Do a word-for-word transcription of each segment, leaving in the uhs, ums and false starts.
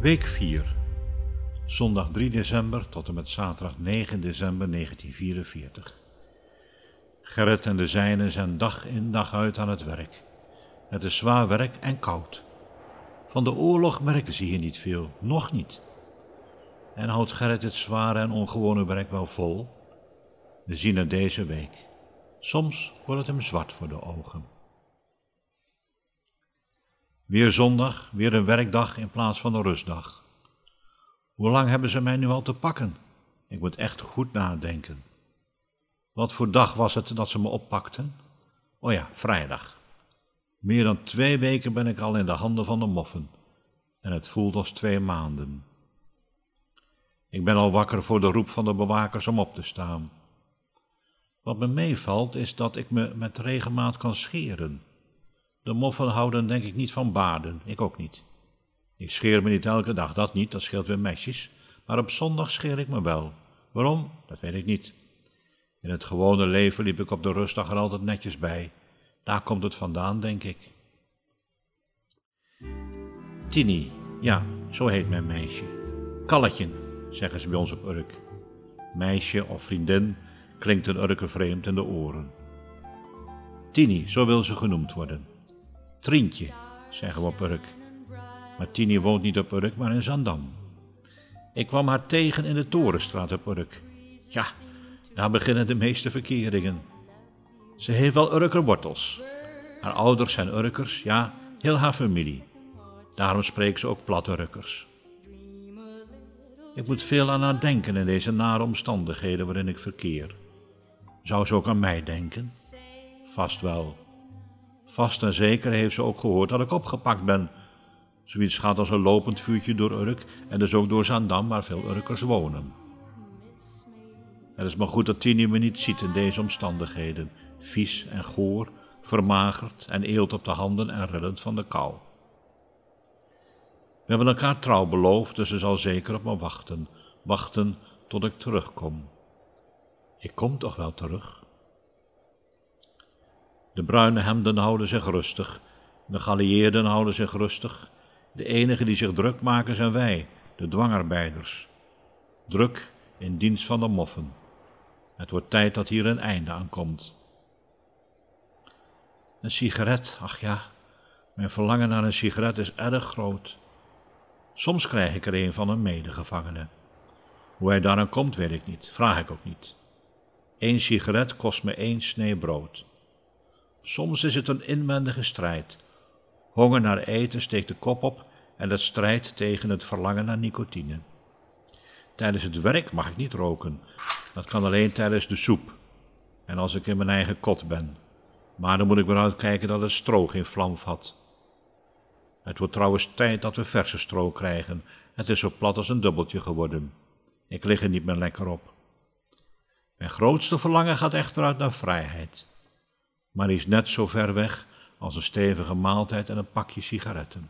Week vier, zondag drie december tot en met zaterdag negen december negentien vierenveertig. Gerrit en de zijnen zijn dag in dag uit aan het werk. Het is zwaar werk en koud. Van de oorlog merken ze hier niet veel, nog niet. En houdt Gerrit het zware en ongewone werk wel vol? We zien het deze week. Soms wordt het hem zwart voor de ogen. Weer zondag, weer een werkdag in plaats van een rustdag. Hoe lang hebben ze mij nu al te pakken? Ik moet echt goed nadenken. Wat voor dag was het dat ze me oppakten? Oh ja, vrijdag. Meer dan twee weken ben ik al in de handen van de moffen. En het voelt als twee maanden. Ik ben al wakker voor de roep van de bewakers om op te staan. Wat me meevalt is dat ik me met regelmaat kan scheren. De moffen houden denk ik niet van baarden, ik ook niet. Ik scheer me niet elke dag, dat niet, dat scheelt weer meisjes. Maar op zondag scheer ik me wel. Waarom? Dat weet ik niet. In het gewone leven liep ik op de rustdag er altijd netjes bij. Daar komt het vandaan, denk ik. Tini, ja, zo heet mijn meisje. Kalletje, zeggen ze bij ons op Urk. Meisje of vriendin klinkt een Urker vreemd in de oren. Tini, zo wil ze genoemd worden. Trientje, zeggen we op Urk. Maar Tini woont niet op Urk, maar in Zandam. Ik kwam haar tegen in de Torenstraat op Urk. Ja, daar beginnen de meeste verkeringen. Ze heeft wel Urker wortels. Haar ouders zijn Urkers, ja, heel haar familie. Daarom spreekt ze ook plat Urkers. Ik moet veel aan haar denken in deze nare omstandigheden waarin ik verkeer. Zou ze ook aan mij denken? Vast wel. Vast en zeker heeft ze ook gehoord dat ik opgepakt ben. Zoiets gaat als een lopend vuurtje door Urk en dus ook door Zandam, waar veel Urkers wonen. Het is maar goed dat Tini me niet ziet in deze omstandigheden. Vies en goor, vermagerd en eelt op de handen en rillend van de kou. We hebben elkaar trouw beloofd, dus ze zal zeker op me wachten. Wachten tot ik terugkom. Ik kom toch wel terug? De bruine hemden houden zich rustig. De geallieerden houden zich rustig. De enigen die zich druk maken zijn wij, de dwangarbeiders. Druk in dienst van de moffen. Het wordt tijd dat hier een einde aan komt. Een sigaret, ach ja, mijn verlangen naar een sigaret is erg groot. Soms krijg ik er een van een medegevangene. Hoe hij daaraan komt, weet ik niet, vraag ik ook niet. Eén sigaret kost me één snee brood. Soms is het een inwendige strijd. Honger naar eten steekt de kop op en het strijdt tegen het verlangen naar nicotine. Tijdens het werk mag ik niet roken. Dat kan alleen tijdens de soep en als ik in mijn eigen kot ben. Maar dan moet ik maar uitkijken dat het stro geen vlam vat. Het wordt trouwens tijd dat we verse stro krijgen. Het is zo plat als een dubbeltje geworden. Ik lig er niet meer lekker op. Mijn grootste verlangen gaat echter uit naar vrijheid. Maar die is net zo ver weg als een stevige maaltijd en een pakje sigaretten.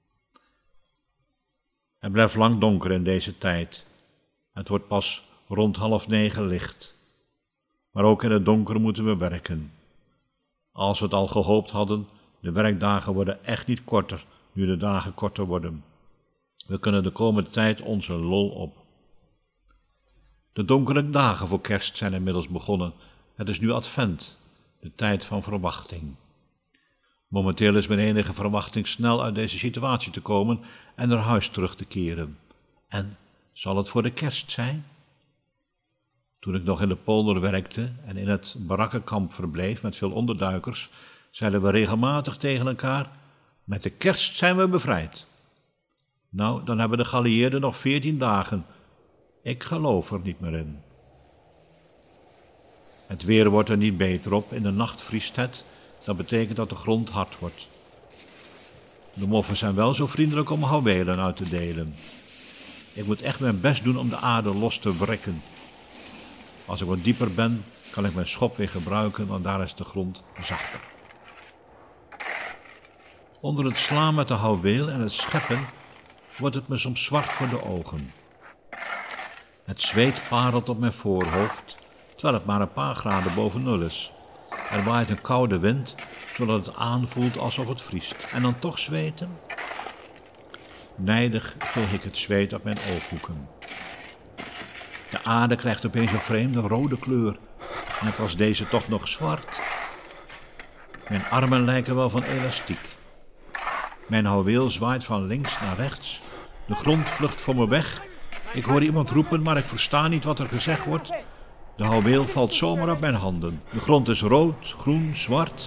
Het blijft lang donker in deze tijd. Het wordt pas rond half negen licht. Maar ook in het donker moeten we werken. Als we het al gehoopt hadden, de werkdagen worden echt niet korter, nu de dagen korter worden. We kunnen de komende tijd onze lol op. De donkere dagen voor kerst zijn inmiddels begonnen. Het is nu advent, de tijd van verwachting. Momenteel is mijn enige verwachting snel uit deze situatie te komen en naar huis terug te keren. En zal het voor de kerst zijn? Toen ik nog in de polder werkte en in het barakkenkamp verbleef met veel onderduikers, zeiden we regelmatig tegen elkaar: met de kerst zijn we bevrijd. Nou, dan hebben de geallieerden nog veertien dagen. Ik geloof er niet meer in. Het weer wordt er niet beter op, in de nacht vriest het, dat betekent dat de grond hard wordt. De moffen zijn wel zo vriendelijk om houwelen uit te delen. Ik moet echt mijn best doen om de aarde los te wrekken. Als ik wat dieper ben, kan ik mijn schop weer gebruiken, want daar is de grond zachter. Onder het slaan met de houweel en het scheppen wordt het me soms zwart voor de ogen. Het zweet parelt op mijn voorhoofd, terwijl het maar een paar graden boven nul is. Er waait een koude wind, zodat het aanvoelt alsof het vriest. En dan toch zweten? Nijdig veeg ik het zweet op mijn ooghoeken. De aarde krijgt opeens een vreemde rode kleur, net als deze toch nog zwart. Mijn armen lijken wel van elastiek. Mijn houweel zwaait van links naar rechts. De grond vlucht voor me weg. Ik hoor iemand roepen, maar ik versta niet wat er gezegd wordt. De houweel valt zomaar op mijn handen. De grond is rood, groen, zwart.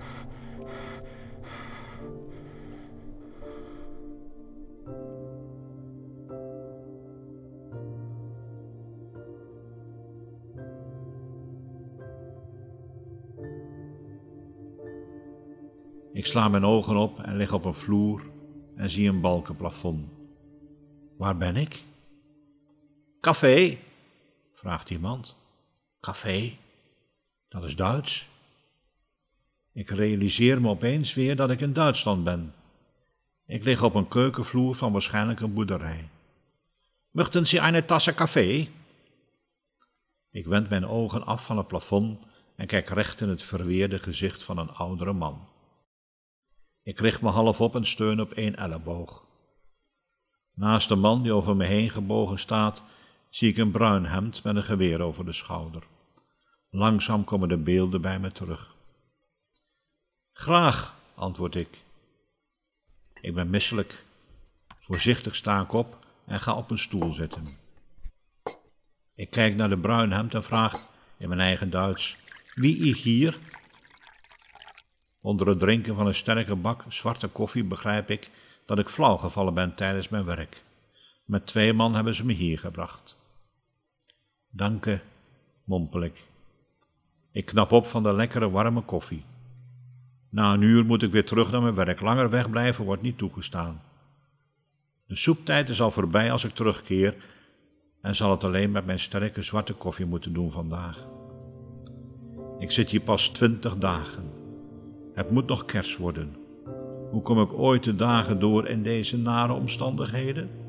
Ik sla mijn ogen op en lig op een vloer en zie een balkenplafond. Waar ben ik? Café, vraagt iemand. Café, dat is Duits. Ik realiseer me opeens weer dat ik in Duitsland ben. Ik lig op een keukenvloer van waarschijnlijk een boerderij. Möchten Sie eine Tasse Kaffee? Ik wend mijn ogen af van het plafond en kijk recht in het verweerde gezicht van een oudere man. Ik richt me half op en steun op één elleboog. Naast de man die over me heen gebogen staat, zie ik een bruin hemd met een geweer over de schouder. Langzaam komen de beelden bij me terug. Graag, antwoord ik. Ik ben misselijk. Voorzichtig sta ik op en ga op een stoel zitten. Ik kijk naar de bruin hemd en vraag in mijn eigen Duits: wie is hier? Onder het drinken van een sterke bak zwarte koffie begrijp ik dat ik flauw gevallen ben tijdens mijn werk. Met twee man hebben ze me hier gebracht. Danke, mompel ik. Ik knap op van de lekkere warme koffie. Na een uur moet ik weer terug naar mijn werk. Langer wegblijven wordt niet toegestaan. De soeptijd is al voorbij als ik terugkeer en zal het alleen met mijn sterke zwarte koffie moeten doen vandaag. Ik zit hier pas twintig dagen. Het moet nog kerst worden. Hoe kom ik ooit de dagen door in deze nare omstandigheden?